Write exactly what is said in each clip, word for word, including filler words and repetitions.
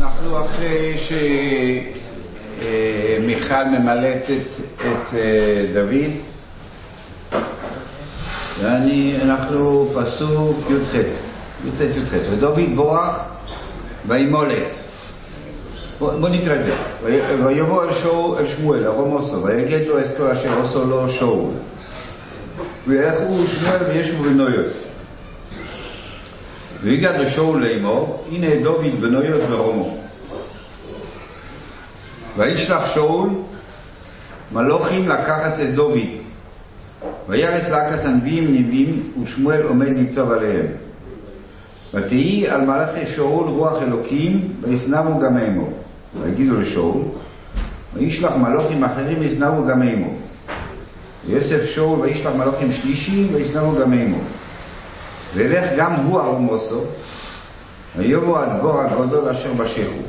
אנחנו אחרי שמיכל ממלאת את, את דוד, ואני, אנחנו פסוק י"ח, י"ט י"ח, ודוד בורח וימולט. בוא, בוא נקרא את זה. ויבוא אל, שואל, אל שמואל, ארום עושו, ויגד לו את כל אשר עושו לו שאול. וילכו שמואל וישבו בנויות. ויגד לשאול לאמור, הנה דוד בנויות ורומו. וישלח שאול מלוכים לקחת את דוד. וירץ להקת הנביאים נביאים, ושמואל עומד ניצב עליהם. ותהי על מלאכי שאול רוח אלוקים, וישנאו גם עמו. ויגידו לשאול, וישלח מלוכים אחרים וישנאו גם עמו. ויוסף שאול וישלח מלוכים שלישי, וישנאו גם עמו. וילך גם הוא ארום עושו, ויבוא הדבור הגדול אשר בשכו.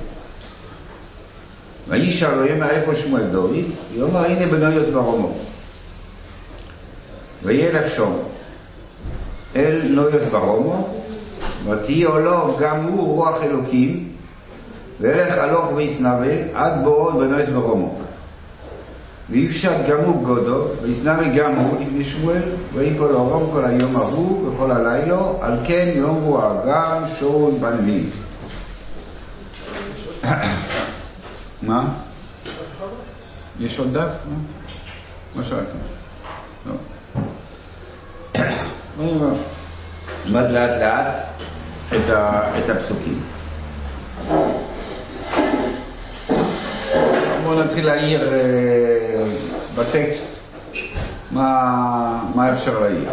וישאל ויאמר איפה שמואל דוד? ויאמר הנה בנויות ורומו. וילך שום אל נויות ורומו, ותהי עולו גם הוא רוח אלוקים, וילך הלוך וישנאו עד בורות בנויות ורומו. ויפשט גם הוא גודו, וישנאו גם הוא לפני שמואל, ויפול אורום כל היום ההוא וכל הלילה, על כן יאמרו האגם שאול בנביאים. מה? יש עוד דף? מה שאלתם? לא. בואו נראה. נלמד לאט לאט את הפסוקים. בואו נתחיל להעיר בטקסט מה אפשר להעיר.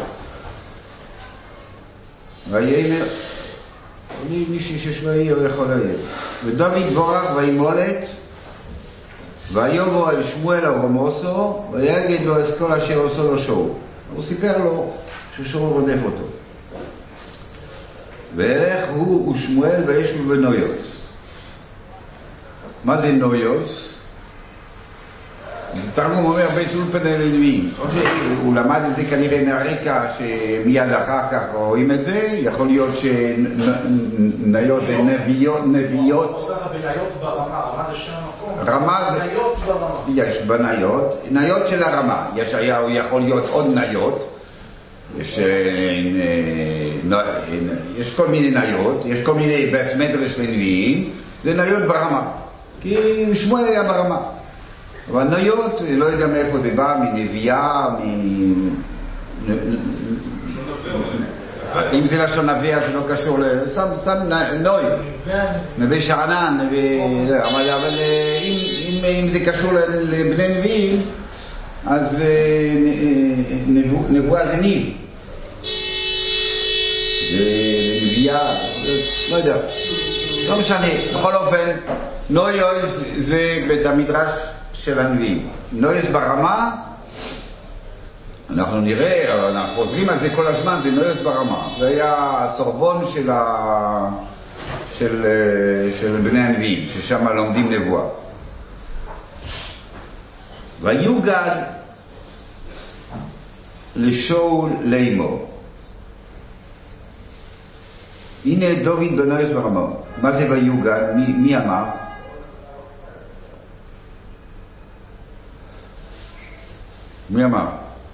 ויאמר, מי שיש להעיר יכול להעיר. ודוד בורח וימולט, ויבוא אל שמואל ארום עושו, ויגד לו את כל אשר עושו לו שאול. הוא סיפר לו ששאול רודף אותו. וילך הוא ושמואל וישבו בנויות. מה זה נויות? תרגום אומר בית אולפנה לנביאים. הוא למד את זה כנראה מהרקע שמיד אחר כך רואים את זה. יכול להיות שניות זה נביאות, נביאות. בניות ברמה, רמה זה שם מקום. רמה זה... ניות ברמה. יש בניות, ניות של הרמה. יש היה, יכול להיות עוד ניות. יש, יש כל מיני ניות, יש כל מיני בית מדרש לנביאים. זה ניות ברמה. כי שמואל היה ברמה. אבל ניות, לא יודע מאיפה זה בא, מנביאה, מ... אם זה לשון נביאה זה לא קשור לסם, סם נוי, נביא שענן, אבל אם זה קשור לבני נביאים, אז נבואה זה ניב. זה נביאה, לא יודע, לא משנה, בכל אופן, נויוז זה בית המדרש של הנביאים. נויוז ברמה, אנחנו נראה, אנחנו חוזרים על זה כל הזמן, זה נויוז ברמה. זה היה הסורבון של, ה... של, של בני הנביאים, ששם לומדים נבואה. ויוגד לשאול לאמור. הנה דוד בנויוז ברמה. מה זה ויוגד? מי, מי אמר? מי אמר?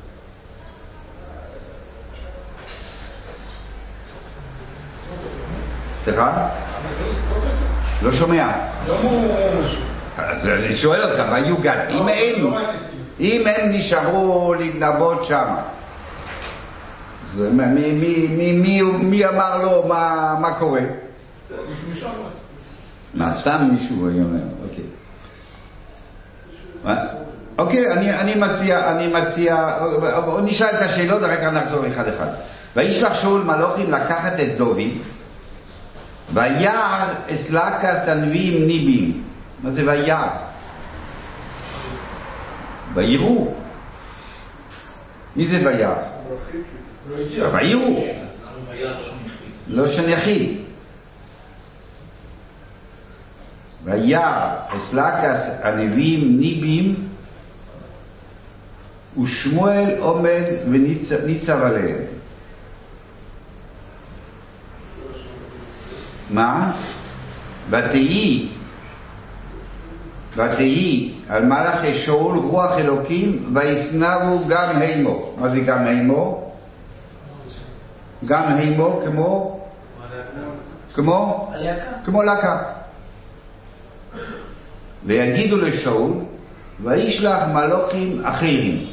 סליחה? לא שומע. אז אני שואל אותך, ויוגד, אם הם, אם הם נשארו להתנבות שם, מי אמר לו מה קורה? מה, סתם מישהו היה אומר, אוקיי. מה? אוקיי, אני, אני מציע, אני מציע, נשאל את השאלות, רק נחזור אחד אחד. וישלח שאול מלוכים לקחת את דוד, וירא אסלקת הנביאים ניבים. מה זה וירא? ויראו. מי זה וירא? ויראו. לא שניחי. וירא אסלקת הנביאים ניבים, ושמואל עומד וניצב עליהם. מה? ותהי ותהי על מלאכי שאול רוח אלוקים וישנאו גם הימו. מה זה גם הימו? גם הימו כמו? כמו? כמו לקה. ויגידו לשאול וישלח מלאכים אחרים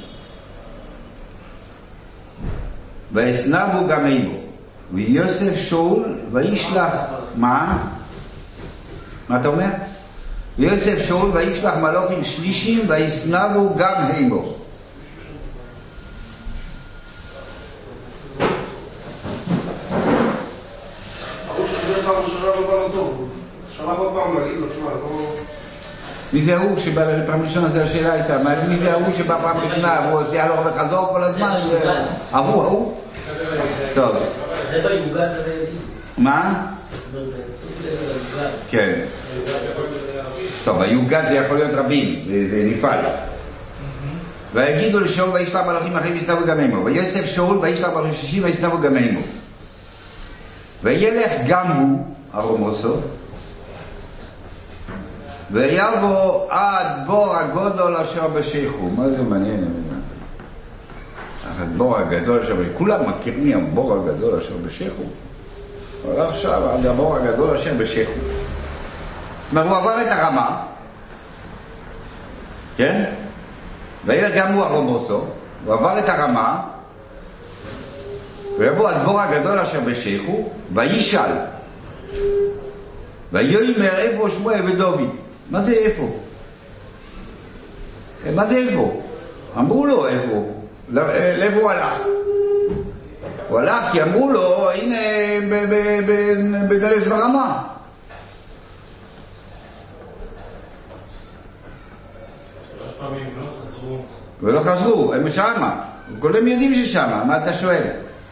וישנאו גם הימו. ויוסף שאול וישלח מה? מה אתה אומר? ויוסף שאול וישלח מלאכים שלישים וישנאו גם הימו. מי זה הוא שבא לפעם ראשונה? זה השאלה הייתה, מי זה הוא שבא פעם ראשונה והוא עושה הלוך וחזור כל הזמן? ההוא, ההוא? טוב. זה ביוגד זה... מה? כן. טוב, היוגד זה יכול להיות רבים, זה נפעל. ויגידו לשאול וישלח מלאכים אחרים וישנאו גם הימו. ויוסף שאול וישלח מלאכים שישים וישנאו גם הימו. וילך גם הוא, ארומוסו, ויבוא עד בור הגדול אשר בשיחו. מה זה מעניין? הבור הגדול אשר בשיחו. כולם מכירים הבור הגדול אשר בשיחו. אבל עכשיו עד הבור הגדול אשר בשיחו. זאת אומרת, הוא עבר את הרמה, כן? וילך גם הוא ארומוסו, הוא עבר את הרמה, ויבוא עד בור הגדול אשר בשיחו, וישאל. ויאמר איפה שמואל ודוד. מה זה איפה? מה זה איפה? אמרו לו איפה. לאיפה הוא הלך? הוא הלך כי אמרו לו הנה בגלס ברמה. שלוש פעמים לא חזרו. ולא חזרו, הם שמה. כולם יודעים ששמה. מה אתה שואל?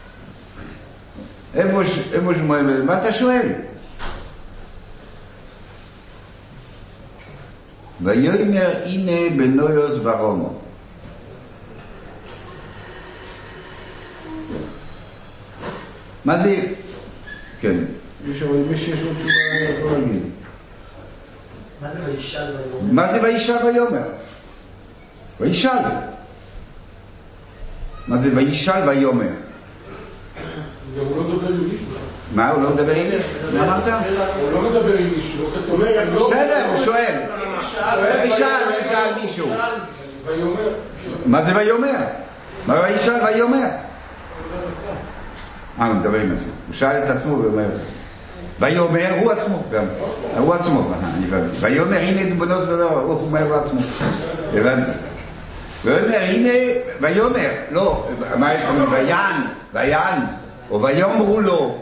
איפה שמואל? מה אתה שואל? ויאמר הנה בנויוס ברומו. מה זה? כן. מי שיש לו תשובה לא להגיד. מה זה וישאל ויאמר? מה זה וישאל ויאמר? וישאל. מה זה וישאל ויאמר? הוא לא מדבר עם מישהו. מה? הוא לא מדבר עם מישהו? מה אמרת? הוא לא מדבר עם מישהו. בסדר, הוא שואל. וישאל, וישאל מישהו. מה זה ויאמר? מה וישאל ויאמר? אה, הוא מדבר עם עצמו. הוא שאל את עצמו ואומר ויאמר הוא עצמו גם. הוא עצמו. ויאמר הנה דבנוס ולא, הוא אומר הוא עצמו. הבנתי. ויאמר הנה ויאמר. לא, מה יש לנו? ויען, ויען. או ויאמרו לו.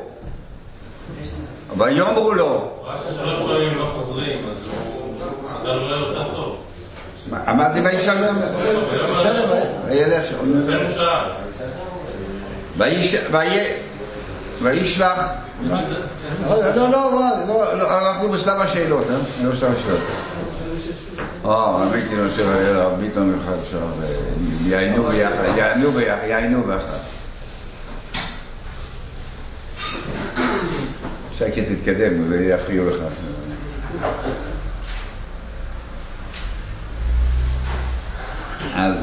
ויאמרו לו. רק שלוש פעמים לא חוזרים, אז הוא גם רואה אותה טוב. אמרתי וישאל ויאמר. בסדר, וילך שאול. זה מושל. וישלח. לא, לא, אנחנו בשלב השאלות, אה? לא בשלב השאלות. אה, עמיתי נושב על הרב ביטון אחד שם, יעיינו ביחד, יעיינו ביחד, יעיינו ביחד. שקט תתקדם ויחריעו לך. אז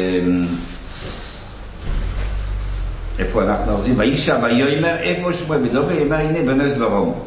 איפה אנחנו עובדים? וישאל ויאמר איפה שמואל ודוד ויאמר הנה בנויוס ברומו.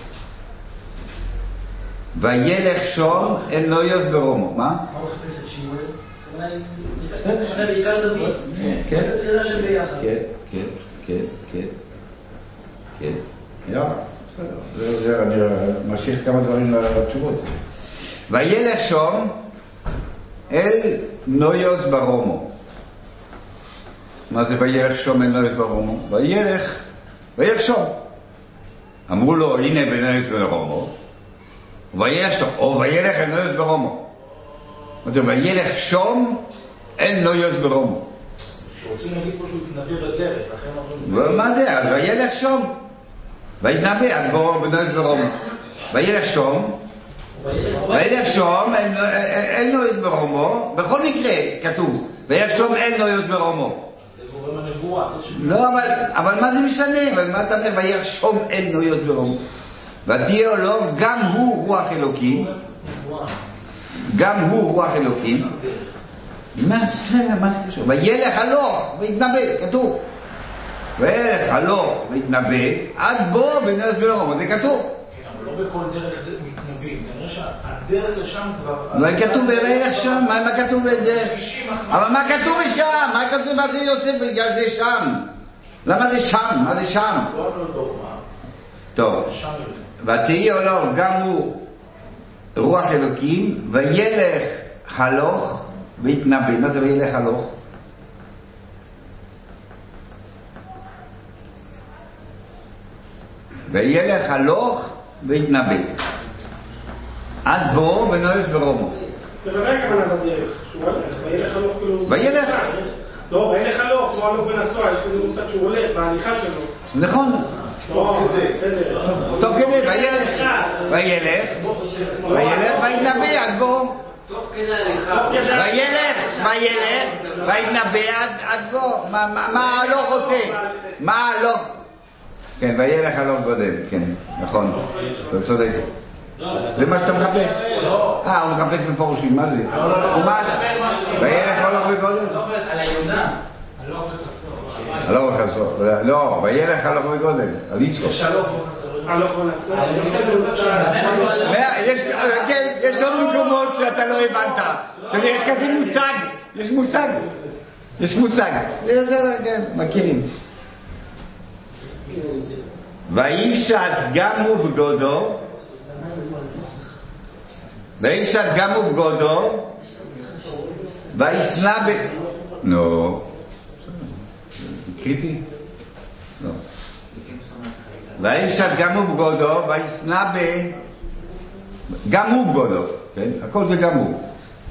וילך שום אל נויוס ברומו. מה? מה הוא חפש את שמואל? אולי נתפס בעיקר דוד. כן. אלא שביחד. כן, כן, כן, כן. כן. יא, בסדר. זה אני ממשיך כמה דברים לתשובות. וילך שום אל נויוס ברומו. מה זה וילך שום אל נויוס ברומו? וילך, וילך שום. אמרו לו הנה בנויוס ברומו. וילך שום, או וילך אל נויוס ברומו. זאת אומרת, וילך שום אל נויוס ברומו. שרוצים להגיד פה שהוא התנבא בדרך, לכן אומרים... מה זה? אז וילך שום. ויתנבא עד בור בנויוס ברומו. וילך שום. וילך שום אל נויוס ברומו. בכל מקרה כתוב וילך שום אל נויוס ברומו. זה גורם הנבואה. לא, אבל מה זה משנה? אבל מה אתה אומר? וילך שום אל נויוס ברומו. ותהיה לו גם הוא רוח אלוקים. גם הוא רוח אלוקים. מה זה, מה זה קשור? וילך הלוך והתנבא, כתוב. וילך הלוך והתנבא, עד בו בנס ולרום, זה כתוב. אבל לא בכל דרך מתנבאים, נראה שהדרך לשם כבר... מה כתוב בדרך שם? מה כתוב בדרך? אבל מה כתוב שם? מה כתוב מה זה יוסף בגלל זה שם? למה זה שם? מה זה שם? טוב, ותהי עולו גם הוא רוח אלוקים וילך הלוך והתנבא. מה זה וילך הלוך? וילך הלוך והתנבא עד בו ונועש ברומו. זה בוודאי כמנה בדרך, שהוא הולך, וילך הלוך כאילו... וילך? לא, וילך הלוך, הוא הלוך ונסוע, יש כזה מושג שהוא הולך בהליכה שלו. נכון. תוך כדי, וילך, וילך, וילך והתנבא עד בו. תוך כדי הליכה. וילך, וילך, והתנבא עד בו. מה הלוך עושה? מה הלוך? כן, וילך הלוך גודל, כן, נכון, אתה צודק. זה מה שאתה מחפש? אה, הוא מחפש מפורשים, מה זה? הוא מה? וילך הלוך וגודל? על היונה. הלוך וחסור. לא, וילך הלוך וגודל, על יצחוק. הלוך ונסוע. יש עוד מקומות שאתה לא הבנת. אתה יודע, יש כזה מושג, יש מושג. יש מושג. זה, כן, מכירים. ויפשט גם הוא בגודו, ויפשט גם הוא בגודו, וישנא ב... לא, קריטי? לא. ויפשט גם הוא בגודו, וישנא ב... גם הוא בגודו, כן? הכל זה גם הוא.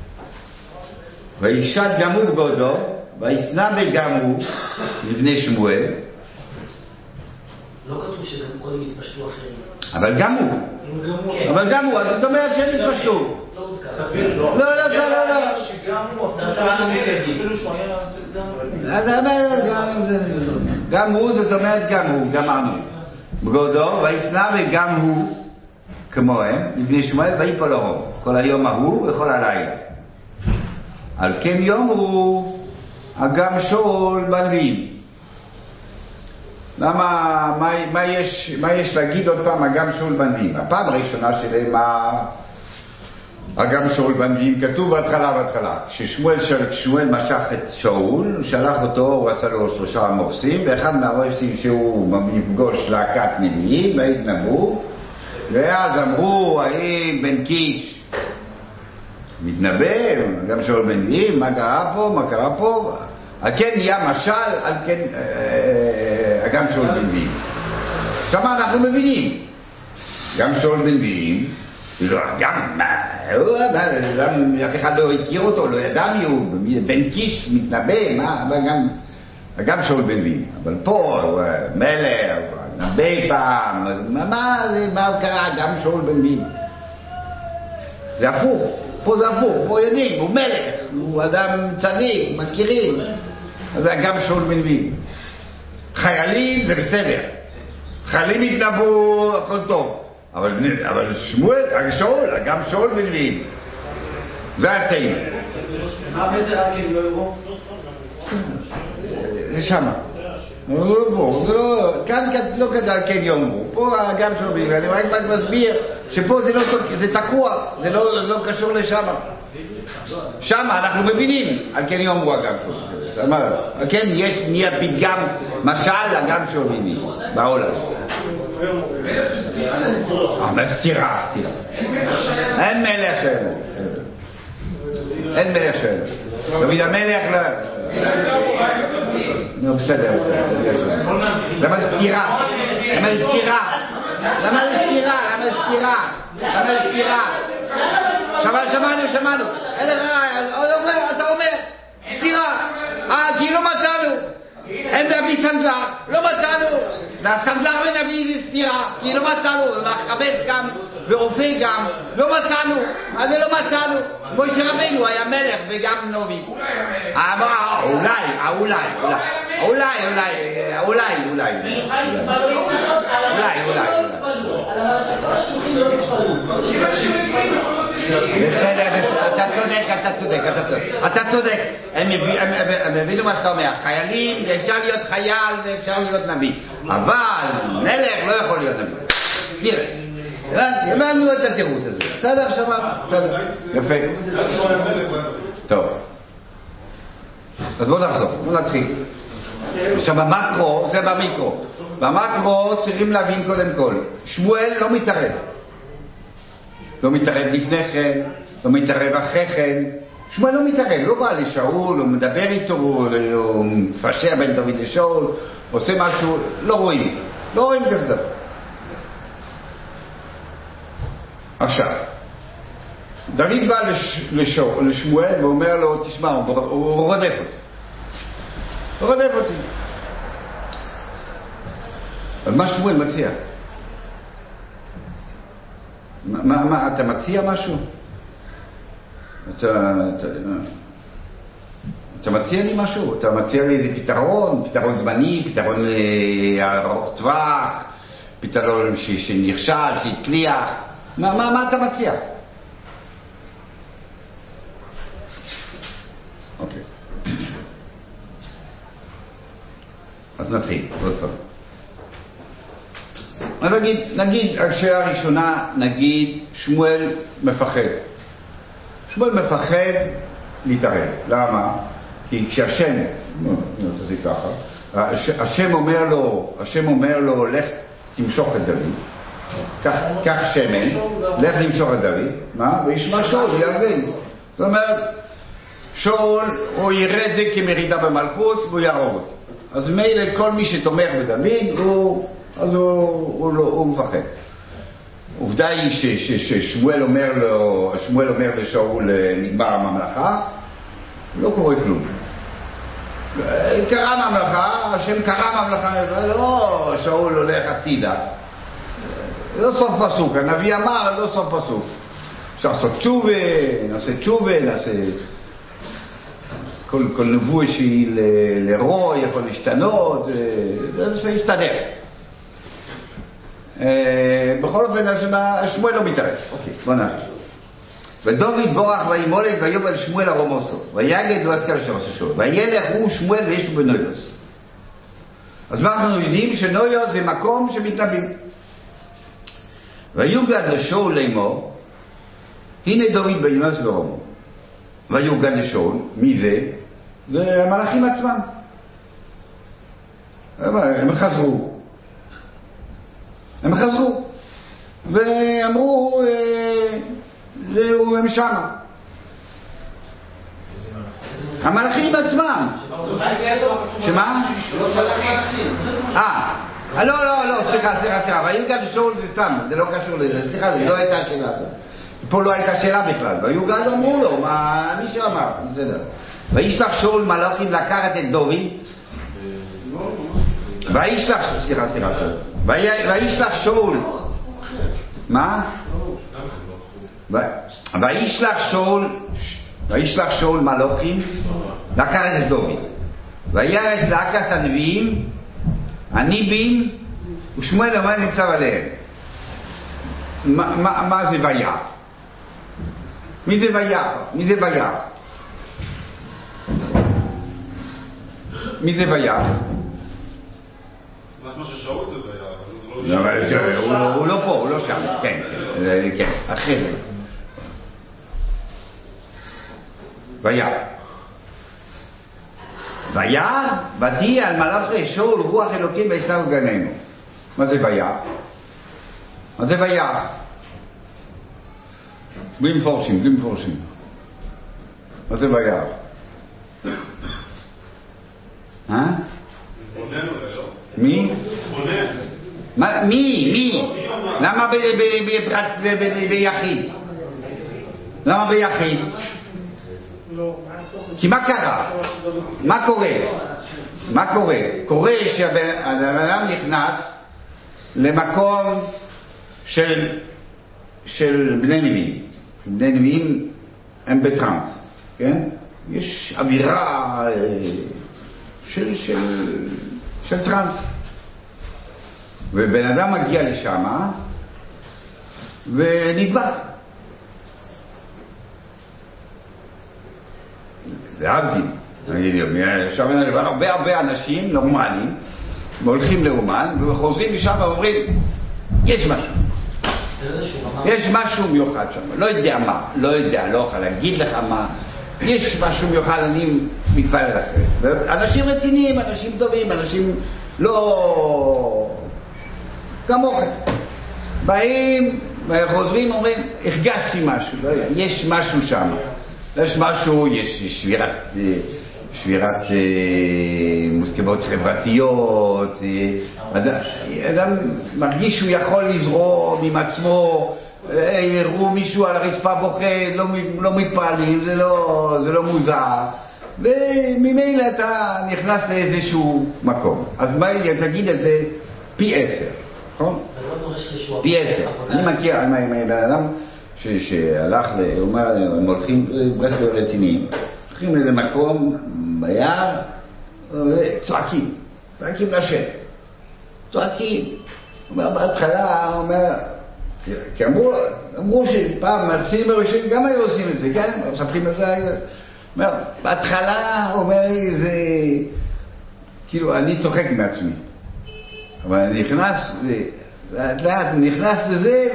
ויפשט גם הוא בגודו, וישנא ב גם הוא, לבני שמואל, לא כתוב שגם קודם התפשטו אחרים. אבל גם הוא. אבל גם הוא, אז זאת אומרת שהם התפשטו. לא, לא, לא, לא, לא. שגם הוא, אפילו שהוא היה... גם הוא, זאת אומרת גם הוא, גמרנו. בגודו, וישנא וגם הוא, כמוהם, לבני שמואל, ויפול הרוב. כל היום ההוא וכל הלילה. על כן יאמרו, אגם שאול בנביאים. למה, מה, מה, יש, מה יש להגיד עוד פעם אגם שאול בנביאים? הפעם הראשונה שלהם, אגם שאול בנביאים, כתוב בהתחלה בהתחלה. כששמואל, כששמואל משך את שאול, הוא שלח אותו, הוא עשה לו שלושה מופסים, ואחד מהמופסים שהוא מפגוש להקת נביאים, והתנבאו, ואז אמרו, האם בן קיש מתנבא, אגם שאול בנביאים, מה קרה פה, מה קרה פה? על כן נהיה משל, על כן אגם שאול בנביאים. עכשיו אנחנו מבינים, גם שאול בנביאים, גם, אף אחד לא הכיר אותו, לא ידע מי הוא, בן קיש מתנבא, גם שאול בנביאים. אבל פה הוא מלך, נבא פעם, מה קרה, גם שאול בנביאים? זה הפוך. פה זה הפוך, פה יודעים, הוא מלך, הוא אדם צדיק, מכירים. אז גם שאול בנביאים. חיילים זה בסדר. חיילים התנבאו, הכל טוב. אבל, אבל שמואל, שאול, גם שאול בנביאים. זה התאים. מה בזה רק אם לא יראו? זה שמה. כאן לא כדאי כן יאמרו, פה גם שאול בנביאים, אני רק מסביר שפה זה, לא, זה תקוע, זה לא, לא קשור לשם. שם אנחנו מבינים, על כן יאמרו אגם שאול. על כן יש נהיה פתגם משל אגם שאול בנביאים בעולם. אבל סתירה, סתירה. אין מלך שלו. אין מלך שלו. דוד המלך לא... נו בסדר. למה זה סתירה? למה זה סתירה? למה זה סתירה? למה זה סתירה? למה זה סתירה? שמענו, שמענו. אתה אומר, סתירה. אה, כי לא מצאנו. אין להביא סנדלר, לא מצאנו. והסנדלר ונביא זה סתירה, כי לא מצאנו. והחבס גם, ורופא גם, לא מצאנו. מה זה לא מצאנו? משה רבנו היה מלך וגם נביא. אמר, אולי, אולי, אולי, אולי, אולי, אולי, אולי, אולי. בסדר, אתה צודק, אתה צודק, אתה צודק. אתה צודק. הם הבינו מה שאתה אומר. חיילים, אפשר להיות חייל ואפשר להיות נביא. אבל מלך לא יכול להיות נביא. תראה. הבנתי, הבנו את התירוץ הזה. בסדר, שמע? בסדר. יפה. טוב. אז בואו נחזור, בואו נתחיל. עכשיו במקרו, זה במיקרו. במקרו צריכים להבין קודם כל. שמואל לא מתערב. לא מתערב לפני כן, לא מתערב אחרי כן. שמואל לא מתערב, לא בא לשאול, הוא מדבר איתו, הוא מפשר בין דוד לשאול, עושה משהו, לא רואים. לא רואים כזה דבר. עכשיו, דוד בא לש, לשאול, לשמואל ואומר לו, תשמע, הוא, הוא רודף אותי. הוא רודף אותי. אז מה שמואל מציע? מה, מה, אתה מציע משהו? אתה, אתה, אתה מציע לי משהו? אתה מציע לי איזה פתרון? פתרון זמני, פתרון ארוך טווח, פתרון ש, שנכשל, שהצליח? מה, מה, מה אתה מציע? אוקיי. אז נתחיל, עוד פעם. נגיד, נגיד, השאלה הראשונה, נגיד, שמואל מפחד. שמואל מפחד להתערב. למה? כי כשהשם, זה ככה, השם אומר לו, השם אומר לו, לך תמשוך את דוד. כך שמן, לך למשוך את דוד. מה? וישמע שאול, ויבין. זאת אומרת, שאול, הוא יראה את זה כמרידה במלכות, והוא יהרוג אותו. אז מילא כל מי שתומך בדוד, הוא... אז הוא, הוא, הוא, הוא מפחד. עובדה היא ש, ש, ששמואל אומר לו, שמואל אומר לשאול נגמר הממלכה, לא קורה כלום. קרה ממלכה, השם קרה ממלכה, לא, שאול הולך הצידה. לא סוף פסוק, הנביא אמר, לא סוף פסוק. אפשר לעשות תשובה, נעשה תשובה, נעשה... כל, כל נבוא שהיא לרוע יכול להשתנות, זה יסתדר. בכל אופן, שמואל לא מתערב. אוקיי, בוא נעשה. ודוד בורח וימולד ויובל שמואל הרומוסו. ויגד ועד כאלה שעושה שואל. וילך הוא שמואל ויש לו בנויוס. אז מה אנחנו יודעים? שנויוס זה מקום שמתנבאים. ויוגד לשאול לאמור, הנה דוד בימוס ורומו. ויוגד לשאול, מי זה? זה המלאכים עצמם. הם חזרו. הם חזרו. ואמרו, זהו, הם שמה. המלאכים עצמם. שמה? אה, לא, לא, לא, סליחה, סליחה, סליחה. ויוגד לשאול זה סתם, זה לא קשור לזה. סליחה, זה לא הייתה שאלה. פה לא הייתה שאלה בכלל. ויוגד אמרו לו, מה מי שאמר, בסדר. וישלח שאול מלאכים לקחת את דוד. וישלח, סליחה, סליחה, וישלח שאול. מה? וישלח שאול, וישלח שאול מלאכים לקחת את דוד. וירס לאקס הנביאים, הניבים, ושמואל עומד ניצב עליהם. מה זה וירא? מי זה וירא? מי זה וירא? מי זה וירא? מה ששאול זה וירא. הוא לא פה, הוא לא שם. כן, כן, אחרי זה. וירא. וירא, ותהי על מלאכי שאול רוח אלוקים ויסתר גננו. מה זה וירא? מה זה וירא? בלי מפורשים, בלי מפורשים. מה זה וירא? אה? מי? מי? מי? למה ביחיד? למה ביחיד? כי מה קרה? מה קורה? מה קורה? קורה שהאדם נכנס למקום של של בני נביאים. בני נביאים הם בטרנס, כן? יש אווירה של של של טרנס. ובן אדם מגיע לשם ונדבק. להבדיל, נגיד, עכשיו הרבה הרבה אנשים נורמליים הולכים לאומן וחוזרים משם ואומרים, יש משהו, יש משהו מיוחד שם, לא יודע מה, לא יודע, לא יכול להגיד לך מה, יש משהו מיוחד, אני מתפלל אחרי. אנשים רציניים, אנשים טובים, אנשים לא כמוכם, באים וחוזרים אומרים, הרגשתי משהו, לא יודע, יש משהו שם, יש משהו, יש שבירת שבירת מוסכמות חברתיות, אדם, אדם מרגיש שהוא יכול לזרום עם עצמו, יראו מישהו על הרצפה בוכה, לא, לא מתפעלים, זה לא, זה לא מוזר, וממילא אתה נכנס לאיזשהו מקום. אז מה תגיד את זה פי עשר, נכון? פי עשר. אני מכיר, אני אדם שהלך, הם הולכים ברסלב רציניים, הולכים לאיזה מקום ביער, צועקים, צועקים לשם, צועקים. אומר בהתחלה, אומר, כי אמרו, אמרו שפעם מרצים בראשון גם היו עושים את זה, כן? מספרים את זה, אומר, בהתחלה, אומר, זה, כאילו, אני צוחק מעצמי, אבל אני נכנס, לאט לאט נכנס לזה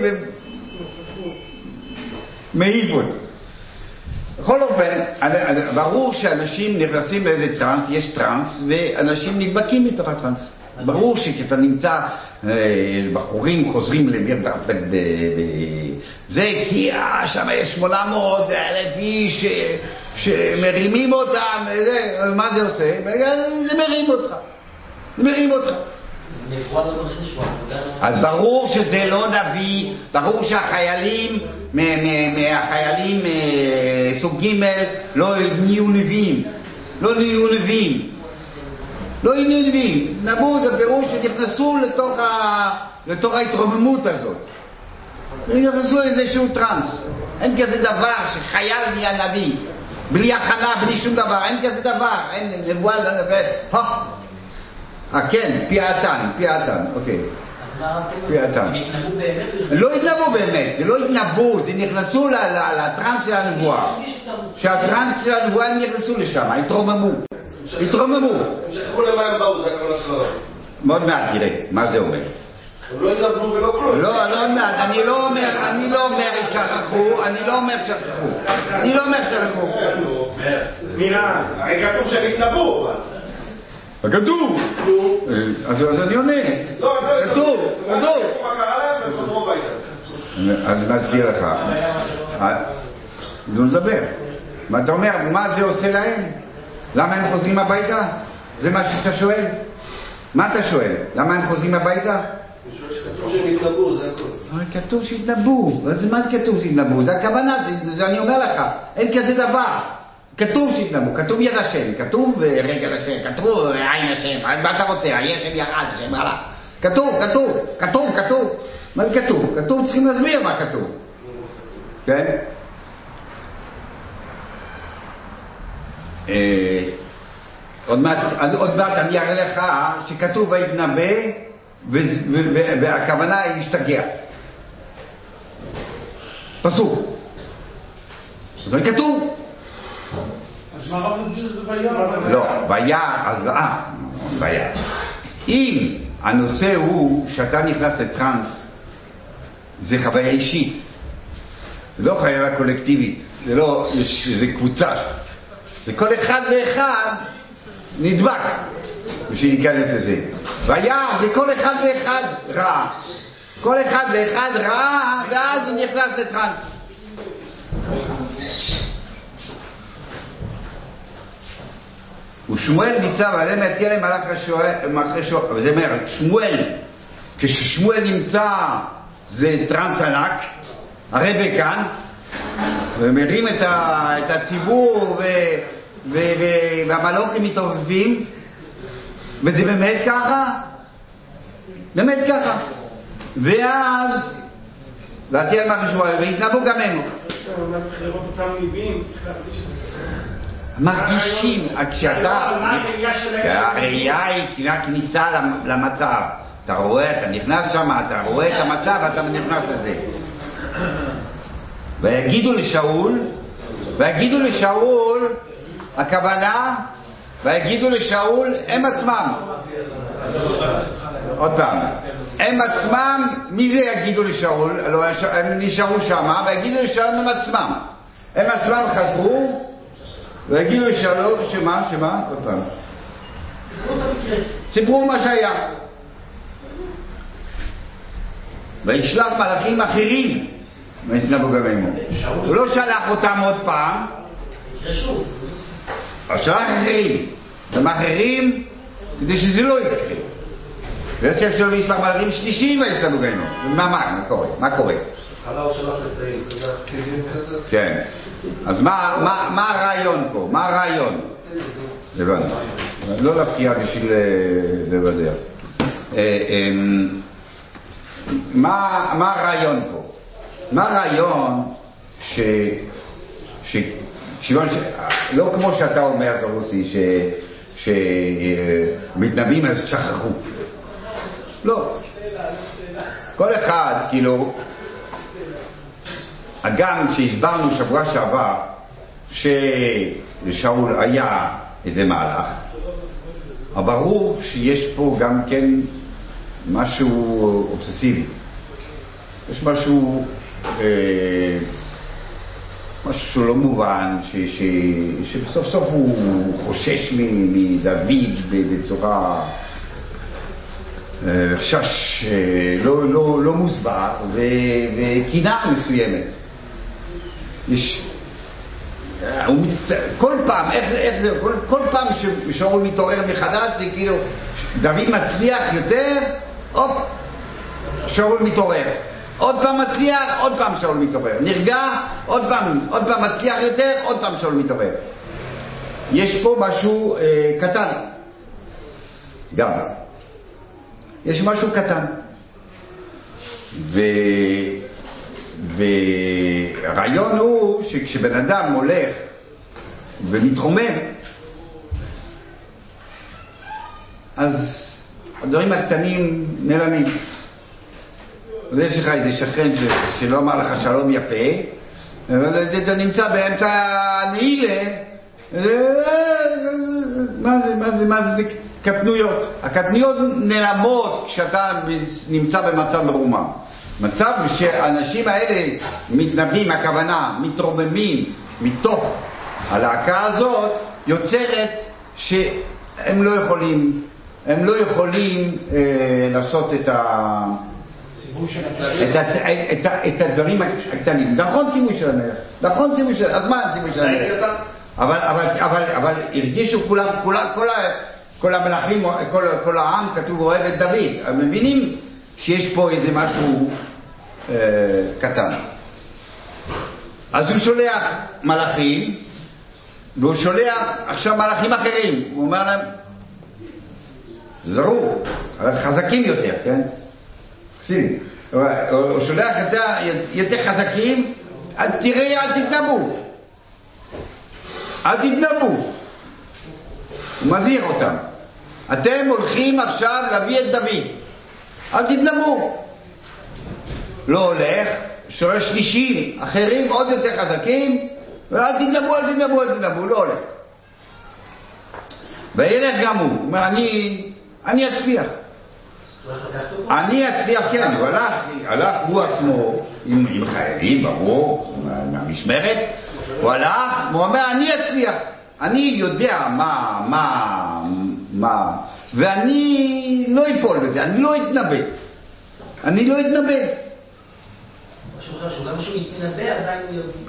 ומעיב אותי. בכל אופן, ברור שאנשים נכנסים לאיזה טרנס, יש טרנס, ואנשים נדבקים מתוך הטרנס. ברור שכשאתה נמצא, בחורים חוזרים למרדפת זה, כי שם יש שמונה מאות אלף איש שמרימים אותם, מה זה עושה? זה מרים אותך, זה מרים אותך. אז ברור שזה לא נביא, ברור שהחיילים מהחיילים סוג ג' לא נהיו נביאים, לא נהיו נביאים, לא נהיו נביאים. נבוא זה פירוש שנכנסו לתוך, ה... לתוך ההתרוממות הזאת, נכנסו איזשהו טרנס. אין כזה דבר שחייל נהיה נביא בלי הכנה, בלי שום דבר, אין כזה דבר, אין נבואה לנבוא. אה כן, פיעתן, פיעתן, אוקיי. פיעתן. לא התנבאו באמת, זה לא התנבאו, זה נכנסו לטרנס של הנבואה. שהטרנס של הנבואה הם נכנסו לשם, התרוממו. התרוממו. הם שכחו למה הם באו, זה הכוונה שלו. מאוד מעט, תראה, מה זה אומר? הם לא התנבאו ולא כלום. לא, לא מעט, אני לא אומר, אני לא אומר שכחו, אני לא אומר שכחו. אני לא אומר שכחו. מירה, הרי כתוב שהם התנבאו. כתוב, אז אני עונה, כתוב, כתוב. אז מה אסביר לך? לא נדבר. מה אתה אומר, מה זה עושה להם? למה הם חוזרים הביתה? זה מה שאתה שואל? מה אתה שואל? למה הם חוזרים הביתה? כתוב שהם התנבאו, זה הכל. כתוב שהתנבאו, מה זה כתוב שהתנבאו? זה הכוונה, אני אומר לך, אין כזה דבר. כתוב שהתנבאו, כתוב יד השם, כתוב רגל השם, כתוב עין השם, מה אתה רוצה? יש שם ירד, שם עלה. כתוב, כתוב, כתוב, כתוב. מה זה כתוב? כתוב, צריכים להסביר מה כתוב. כן? עוד מעט אני אראה לך שכתוב והתנבא והכוונה היא להשתגע. פסוק. זה כתוב. אז מה רב מסביר את זה ביום? לא, ביער, אז אה, ביער. אם הנושא הוא שאתה נכנס לטרנס, זה חוויה אישית, זה לא חוויה קולקטיבית, זה לא, זה קבוצה, וכל אחד ואחד נדבק בשביל להיכנס לזה. ביער זה כל אחד ואחד רע, כל אחד ואחד רע, ואז הוא נכנס לטרנס. ושמואל ניצב עליהם להטיע להם מלאך השוער, אבל זה אומר, שמואל, כששמואל נמצא זה טרנס ענק, הרב כאן, ומרים את, ה, את הציבור ו, ו, ו, והמלוכים מתעופפים, וזה באמת ככה, באמת ככה. ואז להטיע להם מלאך השוער, והתנבאו גם הם. מה צריך לראות אותם נביאים? צריך להרגיש את זה. מרגישים, כשאתה, הראייה היא כניסה למצב, אתה רואה, אתה נכנס שם, אתה רואה את המצב, אתה נכנס לזה. ויגידו לשאול, ויגידו לשאול, הכוונה, ויגידו לשאול, הם עצמם. עוד פעם, הם עצמם, מי זה יגידו לשאול? הם נשארו שמה, ויגידו לשאול הם עצמם. הם עצמם חזרו, ויגידו לשאול, שמה, שמה? עוד פעם. סיפרו מה שהיה. וישלח מלאכים אחרים, וישנבו גמימו. הוא לא שלח אותם עוד פעם, הוא שלח אחרים. הם אחרים כדי שזה לא יקרה. ויוצא שלו וישלח מלאכים שלישים וישנבו גמימו. מה, מה קורה? מה קורה? כן. אז מה הרעיון פה? מה הרעיון? הבנתי. לא להפתיע בשביל לבדר. מה, מה הרעיון פה? מה הרעיון ש... ש... שיוון ש... לא כמו שאתה אומר, זרוסי, ש... שמתנבאים אז שכחו. לא. כל אחד, כאילו, גם שהסברנו שבוע שעבר שלשאול היה איזה מהלך, אבל ברור שיש פה גם כן משהו אובססיבי. יש משהו אה, משהו לא מובן ש, ש, שבסוף סוף הוא חושש מדוד בצורה אה, חשש אה, לא, לא, לא מוסבר וקינה מסוימת. יש הוא מצט... כל פעם, איך זה, איך זה, כל, כל פעם ששאול מתעורר מחדש, זה כאילו, דוד מצליח יותר, הופ, שאול מתעורר. עוד פעם מצליח, עוד פעם שאול מתעורר. נרגע, עוד פעם, עוד פעם מצליח יותר, עוד פעם שאול מתעורר. יש פה משהו אה, קטן. גם. יש משהו קטן. ו... והרעיון הוא שכשבן אדם הולך ומתרומם, אז הדברים הקטנים נעלמים. יש לך איזה שכן שלא אמר לך שלום יפה, אבל אתה נמצא באמצע הנעילה, מה זה, מה זה, מה זה קטנויות. הקטנויות נעלמות כשאתה נמצא במצב מרומם. מצב שהאנשים האלה מתנבאים, הכוונה, מתרוממים מתוך הלהקה הזאת, יוצרת שהם לא יכולים, הם לא יכולים אה, לעשות את ה... את, ה, את, ה, את הדברים הקטנים. נכון ציווי של המלך, נכון ציווי של... אז מה ציווי של המלך? אבל, אבל, אבל, אבל הרגישו כולם, כולם, כל, ה, כל המלכים, כל, כל העם כתוב אוהב את דוד. הם מבינים שיש פה איזה משהו אה, קטן. אז הוא שולח מלאכים, והוא שולח עכשיו מלאכים אחרים. הוא אומר להם, זרו, חזקים יותר, כן? הוא שולח יותר חזקים, אז תראה, אל תתנבאו. אל תתנבאו. הוא מזהיר אותם. אתם הולכים עכשיו להביא את דוד. אל תתנבאו. לא הולך, שורש שלישי, אחרים עוד יותר חזקים, ואל תתנבאו, אל תתנבאו, אל תתנבאו, לא הולך. וילך גם הוא, הוא אומר, אני, אני אצליח. אני אצליח, כן, הוא הלך, הלך הוא עצמו, עם, עם חיילים, ברור, מהמשמרת, הוא הלך, הוא אומר, אני אצליח, אני יודע מה, מה, מה, ואני לא אפול בזה, אני לא אתנבא, אני לא אתנבא. שגם שהוא יתנבא עדיין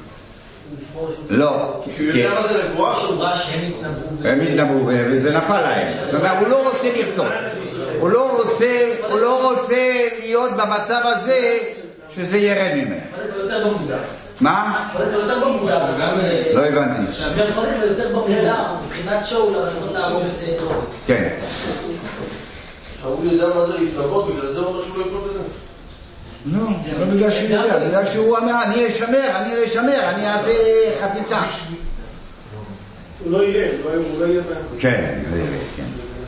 לא, כי הוא יודע מה זה נבואה? שהוא ראה שהם יתנבאו. הם יתנבאו וזה נפל להם. זאת אומרת, הוא לא רוצה לרצות. הוא לא רוצה, הוא לא רוצה להיות במצב הזה שזה ירד ממנו. זה יותר במודע. מה? זה יותר במודע. לא הבנתי. זה יותר במודע, מבחינת שאול, אבל לא להרוג את דרום. כן. הוא יודע מה זה להתנבות, בגלל זה הוא אומר שהוא לא יקרוא בזה. לא, לא בגלל שהוא יודע, בגלל שהוא אומר, אני אשמר, אני אשמר, אני אעשה חציצה. הוא לא יהיה, הוא לא יהיה בהם. כן, כן.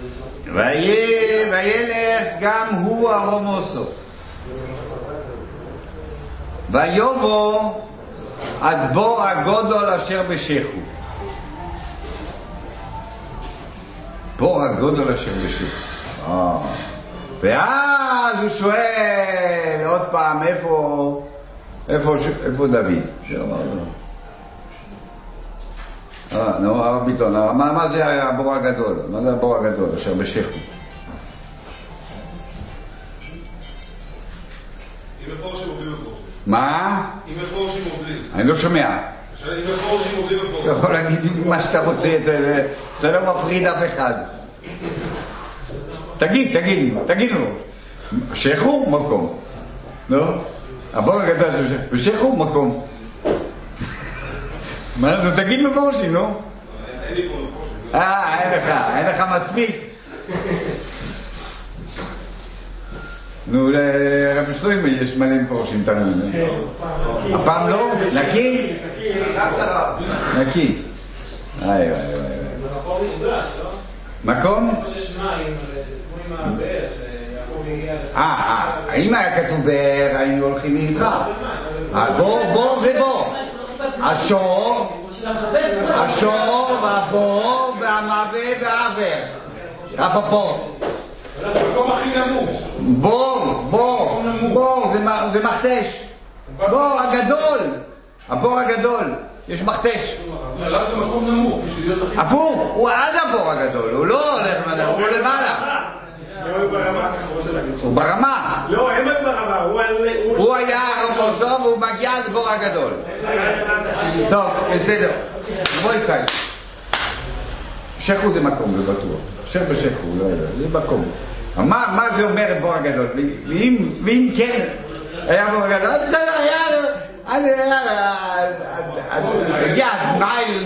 וילך גם הוא הרומוסו. ויובו עד בור הגודל אשר בשכו. הבור הגדול אשר בשפע. אה. ואז הוא שואל עוד פעם, איפה, איפה, איפה דוד? אה, נו, הרב ביטון, מה, מה זה הבור הגדול? מה זה הבור הגדול אשר בשפע? אם מפורשים מובילים מפורשים. מה? אם מפורשים מובילים. אני לא שומע. אם מפורשים מובילים מפורשים. אתה יכול להגיד לי מה שאתה רוצה, זה לא מפריד אף אחד. תגיד, תגיד, תגיד לו. שייכו מקום. לא? הבור הגדול של שייכו. ושייכו מקום. מה זה? תגיד מפורשים, לא? אין לי פה מפורשים. אה, אין לך, אין לך מספיק. נו, לרב שלוימה יש מלא מפורשים תמיד. הפעם לא? נקי? נקי. איי, איי, איי. מקום? אה, אה, אם היה כתוב באר, היינו הולכים איתך. בוא, בוא ובור. השור, השור והבור והמוות והעבר. הפפות. המקום הכי נמוך. בור, בור, בור, זה מכתש. בור הגדול. הבור הגדול. יש מכתש. למה זה מקום נמוך? הפוך, הוא עד הבור הגדול, הוא לא הולך למעלה, הוא למעלה. הוא ברמה. לא, הם היו ברמה, הוא היה הרמוזו והוא מגיע עד הבור הגדול. טוב, בסדר. בוא ישראל. שכו זה מקום, זה בטוח. שך בשכו, לא יודע, זה מקום. מה זה אומר בור הגדול? ואם כן היה בור הגדול, אז זה היה לו... אז הגיע מייל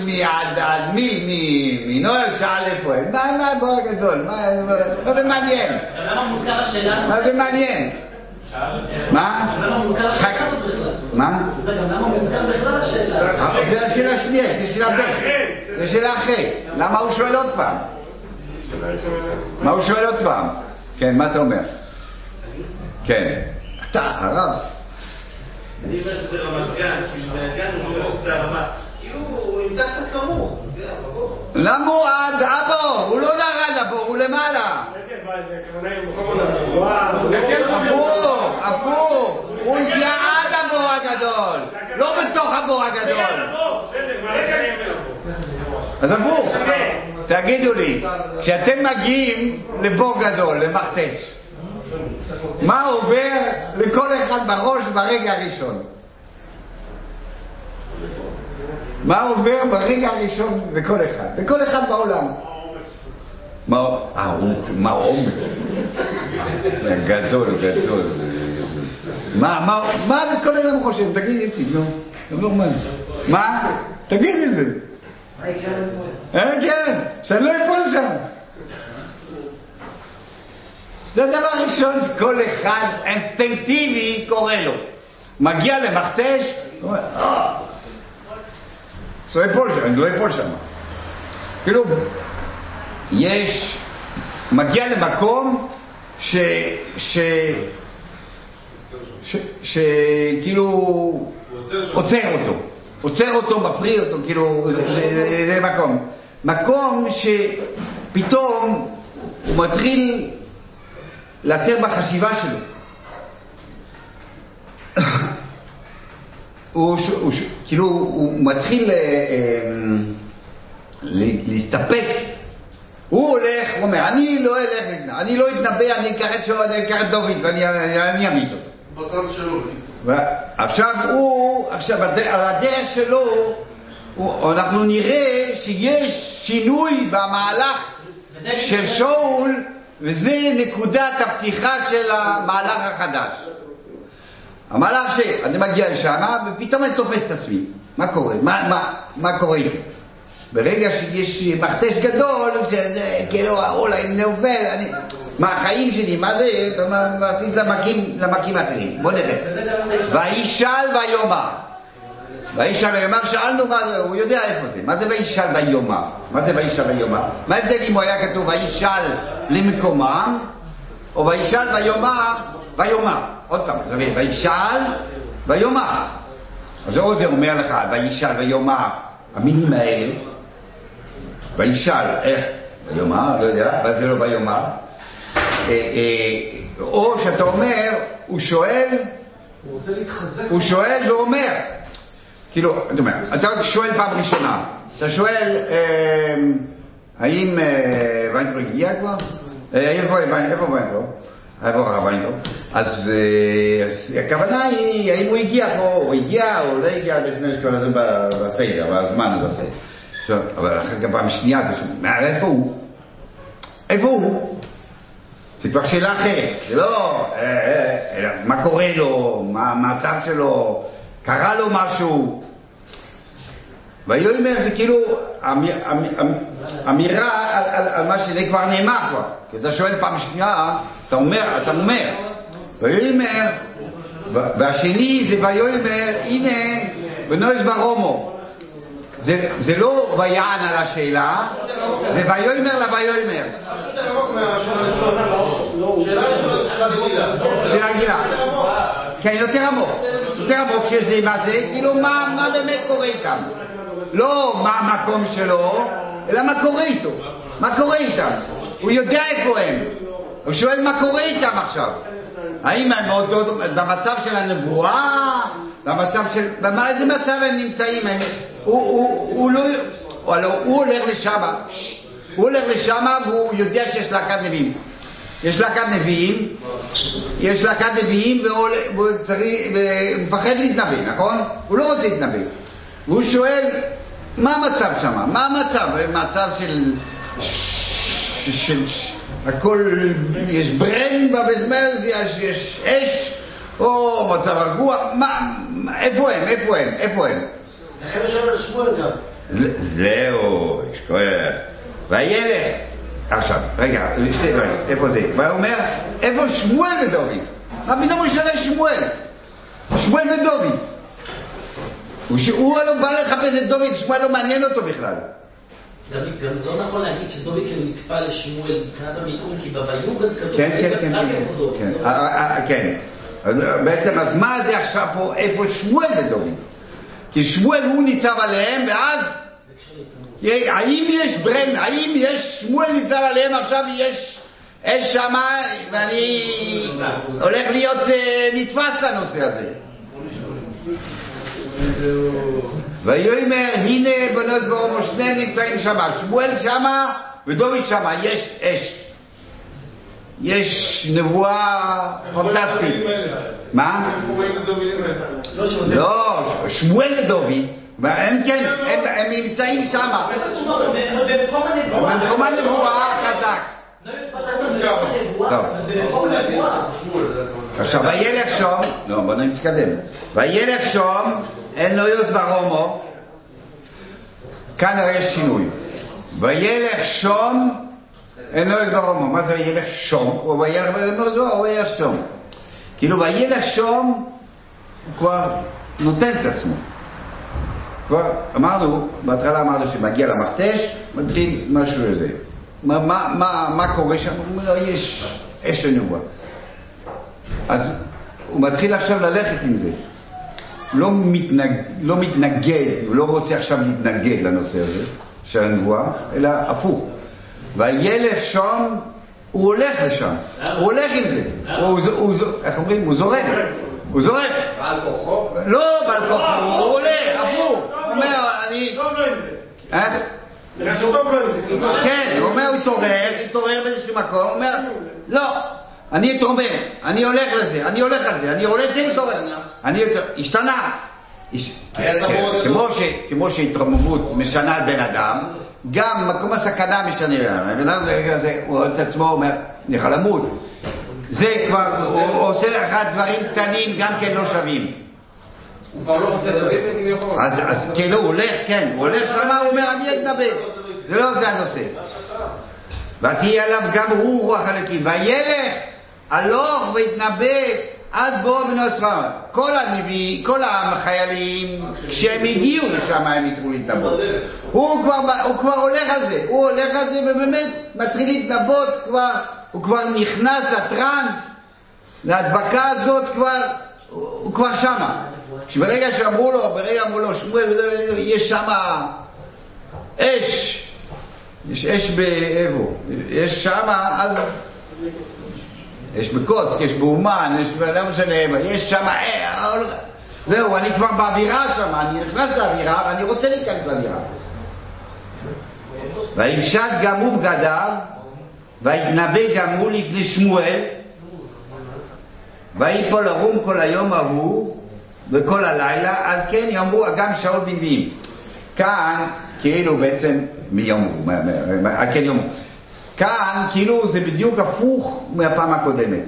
מנועל שאל איפה הם, מה הבור הגדול? מה זה מעניין? למה מוזכר השאלה? מה זה מעניין? מה? למה מוזכר השאלה? מה? למה מוזכר בכלל השאלה? זה השאלה שנייה, זה שאלה ב', זה שאלה אחרת. למה הוא שואל עוד פעם? מה הוא שואל עוד פעם? כן, מה אתה אומר? כן. אתה, הרב. אני אומר שזה רמת גן, כי בגן הוא שואל שזה הרמה. כאילו, הוא נמצא קצת נמוך. למה הוא עד הבור? הוא לא נרד הבור, הוא למעלה. הפוך, הפוך. הוא הגיע עד הבור הגדול. לא בתוך הבור הגדול. אז הפוך. תגידו לי, כשאתם מגיעים לבור גדול, למכתש, מה עובר לכל אחד בראש ברגע הראשון? מה עובר ברגע הראשון לכל אחד? לכל אחד בעולם. מה עומק? גדול, גדול. מה כל אדם חושב? תגיד איציק, נו. מה? תגיד את זה. כן, שאני לא אפול שם. זה הדבר הראשון שכל אחד אינסטינקטיבי קורא לו. מגיע למכתש, הוא אומר, אה, שלא אפול שם, אני לא אפול שם. כאילו, יש, מגיע למקום ש... ש... ש... ש... כאילו, עוצר אותו. עוצר אותו, מפריע אותו, כאילו, זה, זה, זה מקום. מקום שפתאום הוא מתחיל לאתר בחשיבה שלו. הוא, הוא, כאילו, הוא מתחיל אה, אה, להסתפק. הוא הולך, הוא אומר, אני לא אלך, אני לא אתנבא, אני אקח את, אני אקח את דוד ואני אמית אותו. בצד שלו. עכשיו הוא, עכשיו על הדרך שלו, הוא, אנחנו נראה שיש שינוי במהלך של שאול, וזה נקודת הפתיחה של המהלך החדש. המהלך שאני מגיע לשם, ופתאום אני תופס את עצמי. מה קורה? מה, מה, מה קורה איתי? ברגע שיש מכתש גדול, שזה כאילו אולי נובל, אני... מה החיים שלי, מה זה? אתה מפיס למקים, למקים אחרים. בוא נראה. וישאל ויאמר. וישאל ויאמר, שאלנו מה זה, הוא יודע איפה זה. מה זה וישאל ויאמר? מה זה וישאל ויאמר? מה זה אם הוא היה כתוב וישאל למקומם, או וישאל ויאמר, ויאמר. עוד פעם, זה וישאל ויאמר. אז עוד זה אומר לך, וישאל ויאמר, המינים האלה, וישאל, איך? ביומר, לא יודע, אבל זה לא ביומר. או שאתה אומר, הוא שואל, הוא רוצה להתחזק. הוא שואל ואומר, כאילו, אתה אומר, אתה שואל פעם ראשונה, אתה שואל, האם ויינטרו הגיע כבר? איפה ויינטרו? איפה הרב ויינטרו? אז הכוונה היא, האם הוא הגיע פה, הוא הגיע או לא הגיע, לפני שכל הזה בסדר, בזמן הזה. אבל אחר כך פעם שנייה, איפה הוא? איפה הוא? זה כבר שאלה אחרת, זה לא, מה קורה לו, מה המצב שלו, קרה לו משהו. ויאמר זה כאילו אמירה על מה שזה כבר נאמר כבר. כי אתה שואל פעם שנייה, אתה אומר, אתה אומר. ויאמר, והשני זה ויאמר, הנה, ונועז ברומו. זה לא ויען על השאלה, זה ויאמר לויאמר. שאלה רגילה. כן, יותר עמוק. יותר עמוק שזה מה זה, כאילו מה באמת קורה איתם. לא מה המקום שלו, אלא מה קורה איתו. מה קורה איתם. הוא יודע איפה הם. הוא שואל מה קורה איתם עכשיו. האם הם במצב של הנבואה, במצב של... באיזה מצב הם נמצאים? הוא לא... הוא הולך לשם. הוא הולך לשם והוא יודע שיש להקת נביאים. יש להקת נביאים, יש להקת נביאים והוא מפחד להתנבא, נכון? הוא לא רוצה להתנבא. והוא שואל, מה המצב שם? מה המצב? מצב של... של... הכל... יש ברן בבזמז, יש אש, או מצב רגוע, מה... איפה הם? איפה הם? איפה הם? איך הם שואל על שמואל גם? זהו, יש כוח. וילך, עכשיו, רגע, איפה זה? והוא אומר, איפה שמואל ודוד? מה פתאום הוא שואל שמואל? שמואל ודוד. הוא לא בא לחפש את דוד, שמואל לא מעניין אותו בכלל. גם לא נכון להגיד שדוד כאילו נטפל לשמואל מבחינת המיקום, כי בויוגד כתוב... כן, כן, כן, כן, כן. בעצם, אז מה זה עכשיו פה, איפה שמואל ודוד? כי שמואל הוא ניצב עליהם, ואז... האם יש ברן, האם יש שמואל ניצב עליהם, עכשיו יש אש שמה, ואני הולך להיות נתפס לנושא הזה. ויאמר, הנה בנות ברומו, שניהם נמצאים שמה, שמואל שמה ודוד שמה, יש אש. יש נבואה פנטסטית. מה? לא, שמואל ודוד, והם כן, הם נמצאים שמה. במקום הנבואה חזק. עכשיו, וילך שום, לא, בוא נתקדם. וילך שום, אין לו יוס ברומו, כאן הרי יש שינוי. וילך שום, אין לו יוס ברומו. מה זה וילך שום? הוא וילך שום. כאילו, וילך שום, הוא כבר נותן את עצמו. כבר אמרנו, בהתחלה אמרנו שמגיע למכתש, מתחיל משהו לזה. מה, מה, מה, מה קורה שם? הוא אומר, יש אש הנבואה. אז הוא מתחיל עכשיו ללכת עם זה. לא, מתנג, לא מתנגד, הוא לא רוצה עכשיו להתנגד לנושא הזה של הנבואה, אלא הפוך. והילך שם, הוא הולך לשם. הוא הולך עם זה. הוא, הוא, איך אומרים? הוא זורק. הוא זורק. בעל כוחו? לא, בעל כוחו. הוא הולך, הפוך. הוא אומר, אני... טוב לו עם זה. אה? נראה שהוא טוב לו עם זה. כן, הוא אומר, הוא התעורר, התעורר באיזשהו מקום, הוא אומר, לא, אני אתרומם, אני הולך לזה, אני הולך לזה, אני הולך לזה, מתעורר. אני השתנה. כמו שהתרוממות משנה את בן אדם, גם מקום הסכנה משנה בן אדם. הוא רואה את עצמו, אומר, אני יכול למות. זה כבר, הוא עושה לך דברים קטנים, גם כן לא שווים. הוא כבר לא רוצה לדבר כביכול. אז כאילו הוא הולך, כן, הוא הולך שמה, הוא אומר, אני אתנבא. זה לא זה הנושא. ותהיה עליו גם הוא רוח חלקים. וילך, הלוך והתנבא עד בוא ונוסרם. כל הנביא, כל החיילים, כשהם הגיעו לשם, הם התחילו להתנבא. הוא כבר, הוא כבר הולך על זה. הוא הולך על זה ובאמת מתחיל להתנבא כבר, הוא כבר נכנס לטרנס, להדבקה הזאת כבר, הוא כבר שמה. שברגע שאמרו לו, ברגע אמרו לו, שמואל, יש שם אש, יש אש באבו, יש שמה, אז יש בקוצק, יש באומן, יש לא משנה, יש שמה, זהו, אני כבר באווירה שמה, אני נכנס לאווירה ואני רוצה להיכנס לאווירה. ויפשט גם הוא בגדיו ויתנבא גם הוא לפני שמואל ויפול ערום כל היום ההוא וכל הלילה, על כן יאמרו גם שאול בנביאים. כאן כאילו בעצם מי יאמרו, על כן יאמרו כאן כאילו זה בדיוק הפוך מהפעם הקודמת.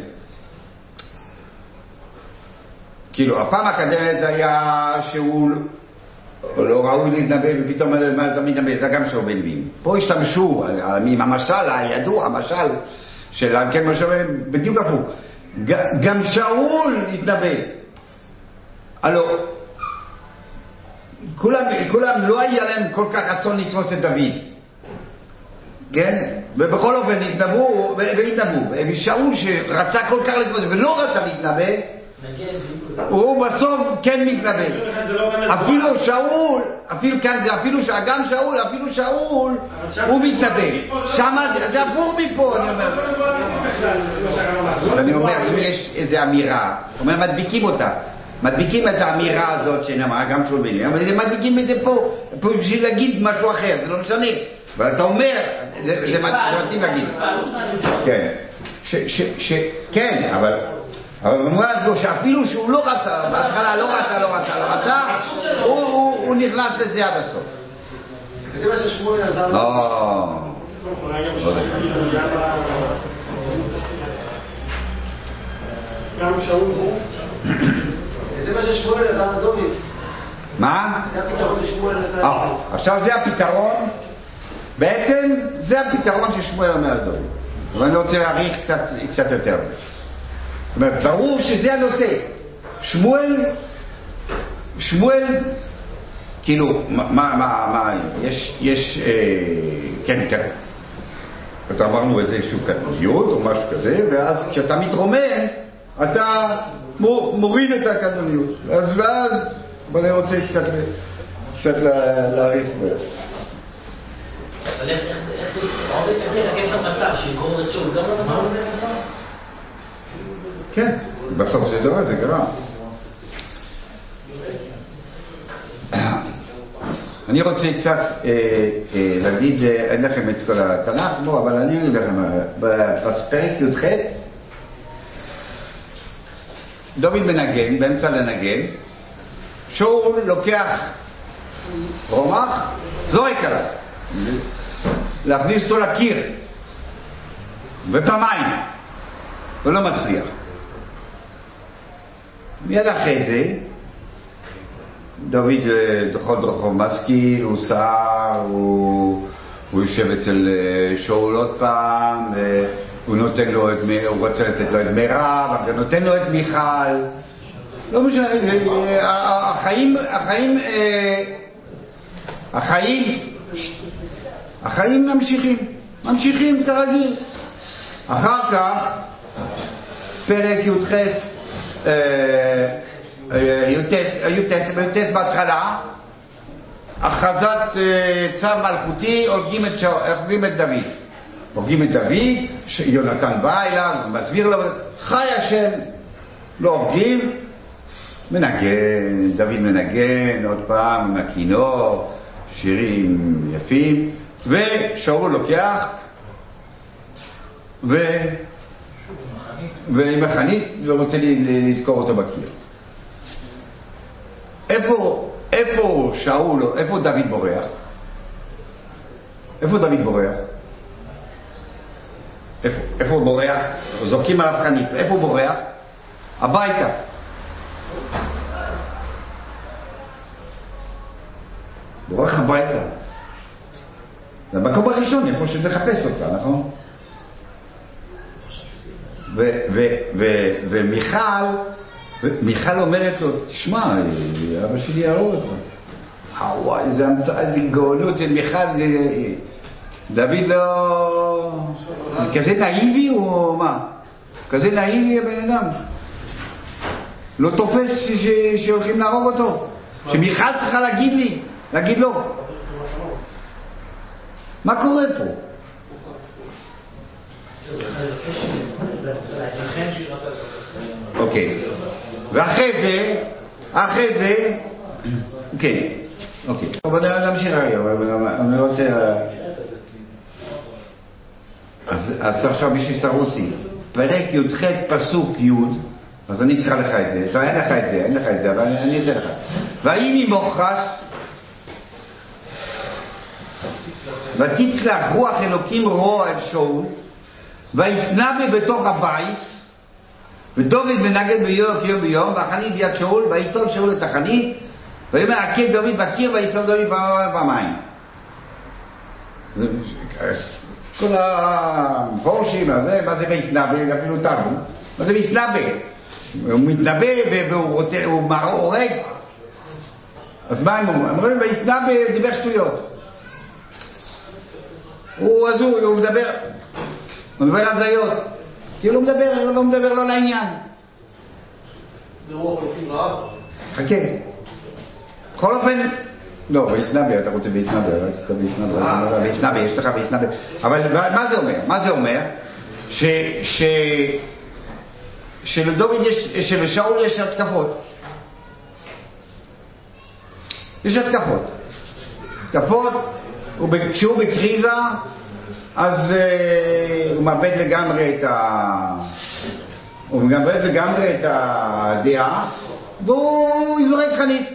כאילו הפעם הקודמת זה היה שהוא לא ראוי להתנבא ופתאום אתה מתנבא, זה גם שאול בנביאים. פה השתמשו עם המשל הידוע, המשל של על כן משהו בדיוק הפוך. גם שאול התנבא. הלוא כולם, כולם לא היה להם כל כך רצון לתפוס את דוד, כן? ובכל אופן התנבאו והתנבאו, ושאול שרצה כל כך לתפוס ולא רצה להתנבא, הוא בסוף כן מתנבא. אפילו שאול, אפילו כאן זה אפילו גם שאול, אפילו שאול הוא מתנבא. שמה זה הפוך מפה, אני אומר. אני אומר, אם יש איזו אמירה, אומר מדביקים אותה, מדביקים את האמירה הזאת שנאמרה גם שאול בנביאים, אבל זה מדביקים את זה פה, פה בשביל להגיד משהו אחר, זה לא משנה. אבל אתה אומר, זה מתאים להגיד. כן, כן, אבל אבל במובן לו שאפילו שהוא לא רצה, בהתחלה לא רצה, לא רצה, לא רצה, הוא נכנס לזה עד הסוף. זה מה ששמואל נתן. לא. גם שאול הוא? זה מה ששמואל נתן דוד. מה? זה הפתרון ששמואל נתן. עכשיו זה הפתרון, בעצם זה הפתרון ששמואל אומר על דוד. אבל אני רוצה להעריך קצת יותר. זאת אומרת, ברור שזה הנושא. שמואל, שמואל, כאילו, מה, מה, מה, יש, יש, אה, כן, כן. אתה אמרנו איזשהו קטנוניות או משהו כזה, ואז כשאתה מתרומם, אתה מוריד את הקטנוניות. אז ואז, אבל אני רוצה קצת, קצת להעריך בזה. אבל איך, איך, איך, איך את המצב שיקום את שאול, גם לא אמרנו את זה בסוף? כן, בסוף זה דבר, זה גרם. אני רוצה קצת להגיד, אין לכם את כל התנ"ך, אבל אני אגיד לכם, בפרק י"ח, דוד מנגן, באמצע לנגן, שאול לוקח רומח, זורק עליו, להכניס אותו לקיר, ופעמיים, ולא מצליח. מיד אחרי זה, דוד דוחות רחוב משכיל, הוא שר, הוא, הוא יושב אצל שאול עוד פעם, הוא נותן לו את, הוא רוצה לתת לו את מירב, הוא נותן לו את מיכל, לא משנה, החיים, החיים, החיים, החיים ממשיכים, ממשיכים כרגיל. אחר כך, פרק י"ח, י"ט בהתחלה, הכרזת צו מלכותי, הורגים את דוד. הורגים את דוד, יונתן בא אליו, מסביר לו, חי השם, לא הורגים, מנגן, דוד מנגן, עוד פעם, עם הכינור, שירים יפים, ושאול לוקח, ו... ועם החנית ורוצה לדקור אותו בקיר. איפה, איפה שאול, איפה דוד בורח? איפה דוד בורח? איפה, איפה הוא בורח? זורקים עליו חנית, איפה הוא בורח? הביתה. בורח הביתה. זה המקום הראשון, איפה שנחפש אותה, נכון? ומיכל, מיכל אומרת לו, תשמע, אבא שלי יהרוג אותך. וואי, זה המצאה, זה גאונות של מיכל, דוד לא... כזה נאיבי או מה? כזה נאיבי הבן אדם. לא תופס שהולכים להרוג אותו. שמיכל צריכה להגיד לי, להגיד לו. מה קורה פה? אוקיי, ואחרי זה, אחרי זה, כן, אוקיי. אבל נמשיך רגע, אני רוצה... אז עכשיו בשביל סרוסי, פרק י"ח פסוק י', אז אני אקרא לך את זה, לא, אין לך את זה, אין לך את זה, אבל אני אתן לך. ויהי ממוחס, ותצלח רוח אלוקים רוע אל שאול, וישנא בתוך הבית, ודוד מנגד ביום כיום ביום, והחנית ביד שאול, ויטול שאול את החנית, ויאמר הכה דוד בקיר, ויסוב דוד פעמיים. כל הפורשים הזה, מה זה וישנא? אפילו תרגום. מה זה וישנא? הוא מתנבא והוא הורג. אז מה הם אומרים? אומרים וישנא דיבר שטויות. הוא הזוי, הוא מדבר, הוא מדבר על זיות. כאילו הוא מדבר, לא מדבר לא לעניין. זה רוח אלוקים רעב. חכה. בכל אופן, לא, וישנא, אתה רוצה וישנא, וישנא, יש לך וישנא. אבל מה זה אומר? מה זה אומר? ש... ש... שלדוד יש, שלשאול יש התקפות. יש התקפות. התקפות, כשהוא בקריזה, אז uh, הוא מאבד לגמרי את ה... הוא מאבד לגמרי את הדעה, והוא יזורק חנית.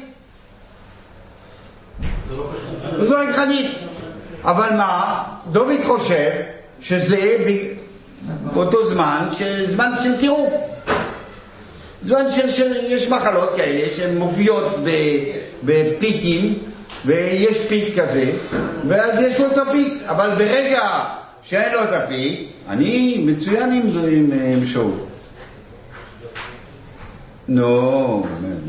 הוא זורק חנית. אבל מה? דוד חושב שזה באותו זמן, זמן של טירוף. זמן של, של, יש מחלות כאלה שהן מופיעות בפיקים, ויש פיק כזה, ואז יש לו את הפיק. אבל ברגע שאין לו את הפיק, אני מצוין עם זה עם שאול. נו,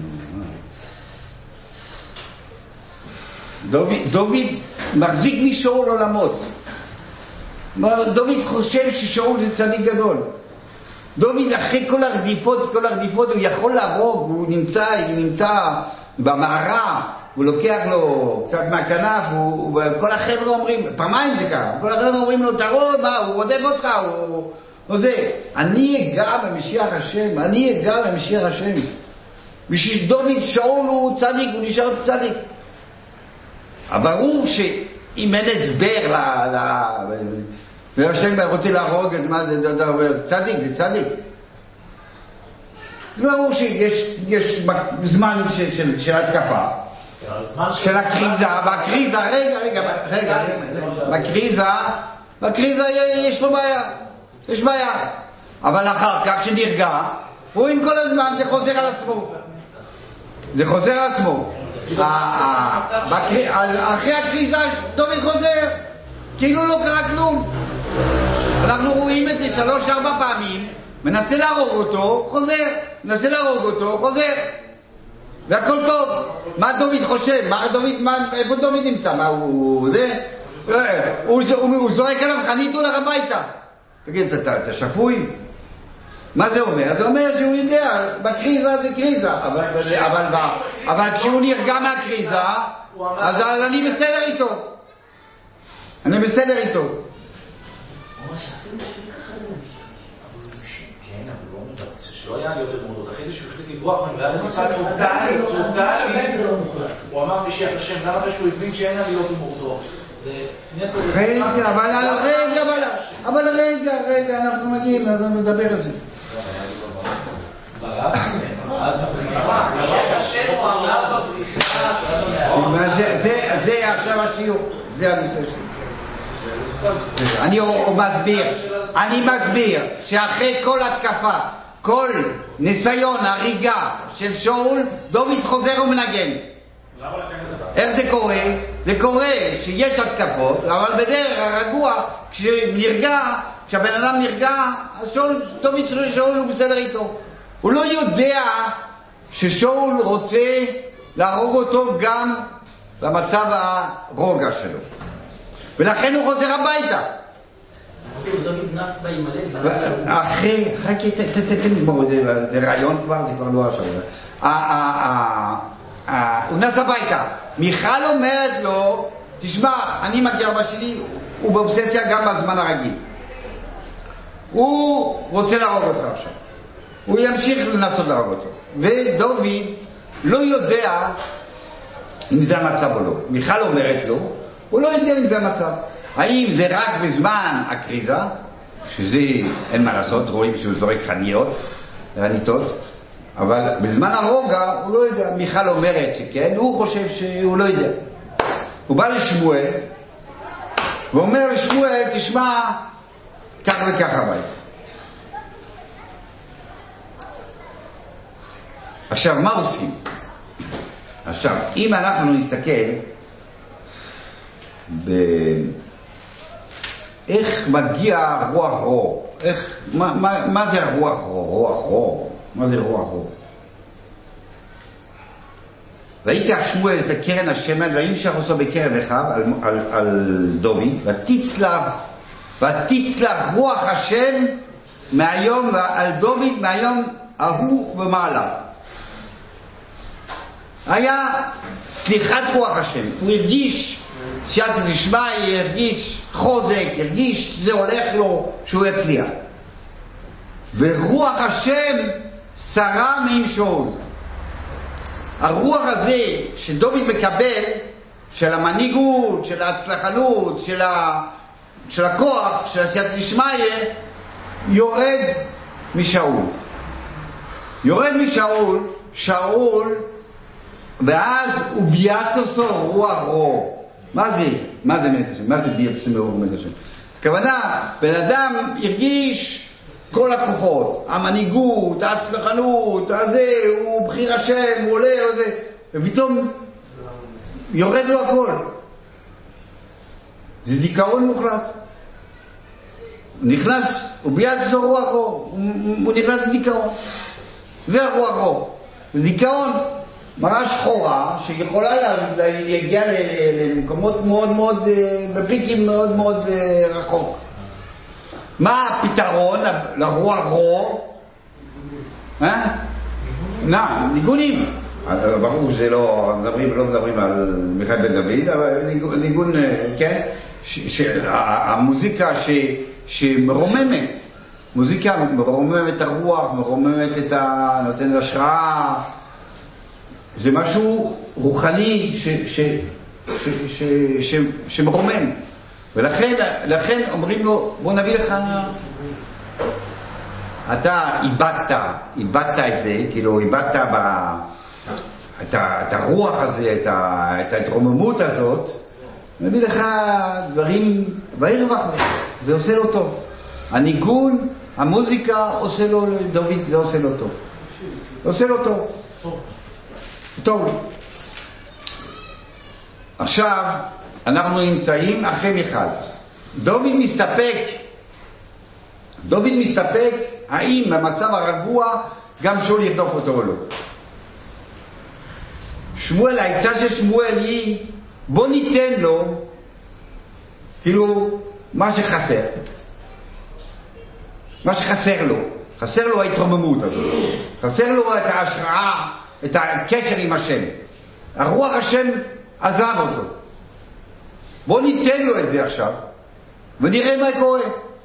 דוד, דוד מחזיק משאול עולמות. דוד חושב ששאול זה צדיק גדול. דוד אחרי כל הרדיפות, כל הרדיפות הוא יכול להרוג, הוא נמצא, הוא נמצא במערה, הוא לוקח לו קצת מהכנף, וכל החבר'ה אומרים, פעמיים זה קרה, כל החבר'ה אומרים לו, תראה מה, הוא רודף אותך, הוא... הוא זה, אני אגע במשיח השם, אני אגע במשיח השם. בשביל דוד שאול הוא צדיק, הוא נשאר צדיק. אבל ברור שאם אין הסבר ל... והשם רוצה להרוג את מה זה, צדיק, זה צדיק. זה ברור שיש זמן של התקפה, של הקריזה, בקריזה, רגע, רגע, רגע, בקריזה, בקריזה יש לו בעיה, יש בעיה. אבל אחר כך שנרגע, רואים כל הזמן זה חוזר על עצמו. זה חוזר על עצמו. אחרי הקריזה דוד חוזר, כאילו לא קרה כלום. אנחנו רואים את זה שלוש ארבע פעמים, מנסה להרוג אותו, חוזר, מנסה להרוג אותו, חוזר, והכל טוב. מה דוד חושב? מה דוד, מה, איפה דוד נמצא? מה הוא, זה? הוא, הוא, הוא זורק עליו חנית הולך הביתה. תגיד, אתה, אתה שפוי? מה זה אומר? זה אומר שהוא יודע, בקריזה זה קריזה, אבל, אבל, אבל, אבל כשהוא נרגע מהקריזה, אז אני בסדר איתו. אני בסדר איתו. כן, אבל לא אומר, שלא היה להיות דמות, אחרי זה שהוא החליט לברוח ממנו, והיה נמצא טוטלי, טוטלי, הוא אמר משיח השם, גם אחרי שהוא הבין שאין עליות דמותו. רגע, אבל רגע, אבל רגע, רגע, אנחנו מגיעים, אז נדבר על זה. זה עכשיו השיעור, זה הנושא שלי. אני מסביר, אני מסביר שאחרי כל התקפה, כל ניסיון הריגה של שאול, דוד חוזר ומנגן. איך זה קורה? זה קורה שיש התקפות, אבל בדרך הרגוע, כשנרגע, כשהבן אדם נרגע, אז שאול, דוד שאול הוא בסדר איתו. הוא לא יודע ששאול רוצה להרוג אותו גם במצב הרוגע שלו. ולכן הוא חוזר הביתה. אחרי, אחרי, זה רעיון כבר, זה כבר לא עכשיו. הוא נס הביתה. מיכל אומרת לו, תשמע, אני מגיע אבא שלי, הוא באובססיה גם בזמן הרגיל. הוא רוצה להרוג אותך עכשיו. הוא ימשיך לנסות להרוג אותו. ודוד לא יודע אם זה המצב או לא. מיכל אומרת לו, הוא לא יודע אם זה המצב. האם זה רק בזמן הקריזה, שזה אין מה לעשות, רואים שהוא זורק חניות, רניתות, אבל בזמן הרוגע הוא לא יודע. מיכל אומרת שכן, הוא חושב שהוא לא יודע. הוא בא לשמואל, ואומר לשמואל, תשמע, כך וכך הבית. עכשיו, מה עושים? עכשיו, אם אנחנו נסתכל ב... איך מגיע רוח רור? איך, מה, מה, מה זה הרוח רור? רוח רור? מה זה רוח רור? ויקח שמואל את הקרן השמן וימשך אותו בקרב אחיו על, על, על דוד ותצלח ותצלח רוח השם מהיום על דוד מהיום ההוא ומעלה. היה סליחת רוח השם. הוא הרגיש סייעתא דשמיא, הרגיש חוזק, הרגיש שזה הולך לו שהוא יצליח. ורוח השם שרה מעם שאול. הרוח הזה שדוד מקבל, של המנהיגות, של ההצלחנות, של, ה... של הכוח, של הסייעתא דשמיא, יורד משאול. יורד משאול, שאול, ואז הוא ביאס אותו רוח רור. מה זה? מה זה מעשה השם? מה זה ביאס רוח מעשה השם? הכוונה, בן אדם הרגיש כל הכוחות, המנהיגות, ההצלחנות, הזה, הוא בחיר השם, הוא עולה, הוא זה, ופתאום יורד לו הכל. זה דיכאון מוחלט. הוא נכנס, הוא ביאס אותו רוח רור, הוא, הוא נכנס לדיכאון. זה הרוח רור. זה דיכאון. מראה שחורה שיכולה להגיע למקומות מאוד מאוד, בפיקים מאוד מאוד רחוק. מה הפתרון לרוח רור? אה? נע, ניגונים. ברור שזה לא מדברים, לא מדברים על מיכאל בן דוד, אבל ניגון, כן? המוזיקה שמרוממת, מוזיקה מרוממת את הרוח, מרוממת את ה... נותנת השראה. זה משהו רוחני ש, ש, ש, ש, ש, שמרומם. ולכן לכן אומרים לו, בוא נביא לך, אתה איבדת, איבדת את זה, כאילו איבדת ב, את, ה, את הרוח הזה, את, ה, את ההתרוממות הזאת, נביא לך דברים, והרווח זה עושה לו טוב. הניגון, המוזיקה עושה לו, דוד זה עושה לו טוב. עושה לו טוב. טוב. עכשיו אנחנו נמצאים אחרי מיכל. דוד מסתפק, דוד מסתפק האם במצב הרגוע גם שאול ירדוף אותו או לא. שמואל, העצה של שמואל היא בוא ניתן לו כאילו מה שחסר, מה שחסר לו, חסר לו ההתרוממות הזאת, חסר לו את ההשראה, את הקשר עם השם. הרוח השם עזב אותו. בוא ניתן לו את זה עכשיו ונראה מה קורה.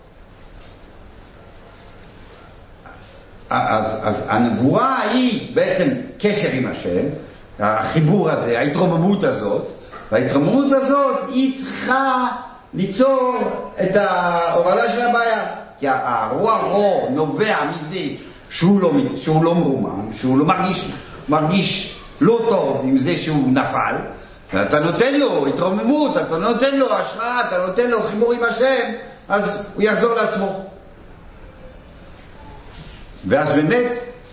אז, אז הנבואה היא בעצם קשר עם השם, החיבור הזה, ההתרוממות הזאת, וההתרוממות הזאת היא צריכה ליצור את ההובלה של הבעיה. כי הרוח רור נובע מזה שהוא לא, שהוא לא מרומם, שהוא לא מרגיש, מרגיש לא טוב עם זה שהוא נפל, ואתה נותן לו התרוממות, אתה נותן לו השראה, אתה נותן לו חיבור עם השם, אז הוא יחזור לעצמו. ואז באמת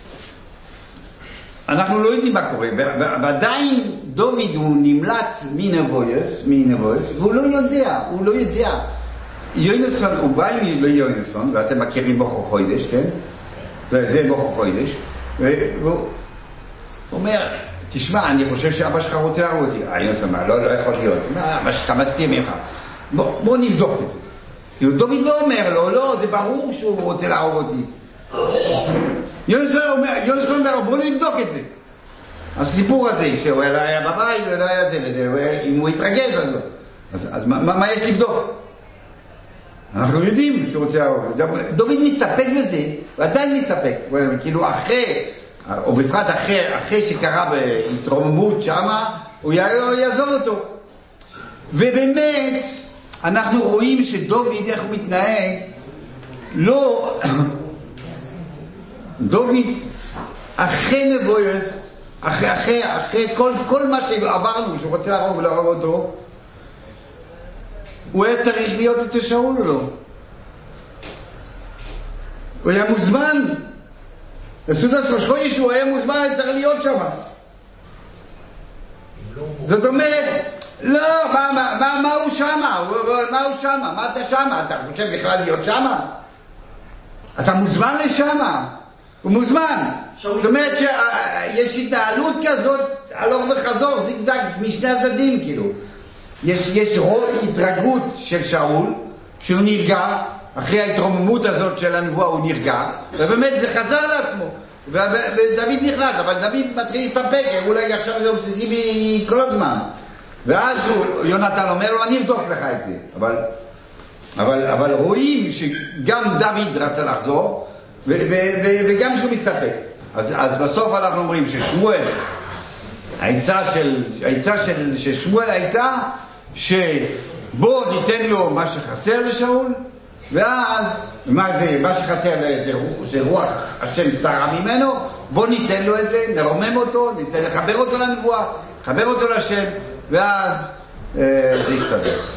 אנחנו לא יודעים מה קורה, ועדיין דוד הוא נמלט מנבויס, מנבויס, והוא לא יודע, הוא לא יודע. יונסון, הוא בא עם יונסון, ואתם מכירים בוכו חוידש, כן? זה, זה בוכו חוידש, והוא אומר, תשמע, אני חושב שאבא שלך רוצה להרוג אותי. אה, יונסון, לא, לא יכול להיות. מה, אבא שלך מסתיר ממך. בוא, בוא נבדוק את זה. דוד לא אומר לו, לא, זה ברור שהוא רוצה להרוג אותי. יונסון אומר, יונסון אומר, בוא נבדוק את זה. הסיפור הזה, שהוא היה בבית, ולא היה זה וזה, אם הוא התרגז אז לא. אז, אז מה, מה יש לבדוק? אנחנו יודעים שהוא רוצה להרוג. דוד מסתפק בזה, ועדיין מסתפק. כאילו אחרי, או בפרט אחרי, אחרי שקרה בהתרוממות שמה, הוא יעזוב אותו. ובאמת, אנחנו רואים שדוד, איך הוא מתנהג, לא... דוד, אחרי נבויוס, אחרי, אחרי, אחרי כל, כל מה שעברנו, שהוא רוצה להרוג ולהרוג אותו, הוא היה צריך להיות אצל שאול או לא? הוא היה מוזמן. לסעודת ראש חודש הוא היה מוזמן, היה צריך להיות שם. זאת אומרת, לא, מה, מה, מה, מה הוא שמה? מה הוא שמה? מה אתה שמה? אתה חושב בכלל להיות שמה? אתה מוזמן לשמה. הוא מוזמן. זאת אומרת שיש התנהלות כזאת, הלוך וחזור, זיגזג משני הצדדים כאילו. יש, יש רוב התרגות של שאול, שהוא נרגע, אחרי ההתרוממות הזאת של הנבואה הוא נרגע, ובאמת זה חזר לעצמו, ודוד נכנס, אבל דוד מתחיל להסתפק, אולי עכשיו זה אובססיבי כל הזמן. ואז הוא, יונתן אומר לו, אני אבדוק לך את זה. אבל, אבל, אבל רואים שגם דוד רצה לחזור, ו, ו, ו, וגם שהוא מסתפק. אז, אז בסוף אנחנו אומרים ששמואל, העצה של, העצה של, של שמואל הייתה שבוא ניתן לו מה שחסר לשאול, ואז מה זה, מה שחסר זה, זה רוח השם שרה ממנו, בוא ניתן לו את זה, נרומם אותו, ניתן לחבר אותו לנבואה, לחבר אותו לשם, ואז אה, זה יסתדר.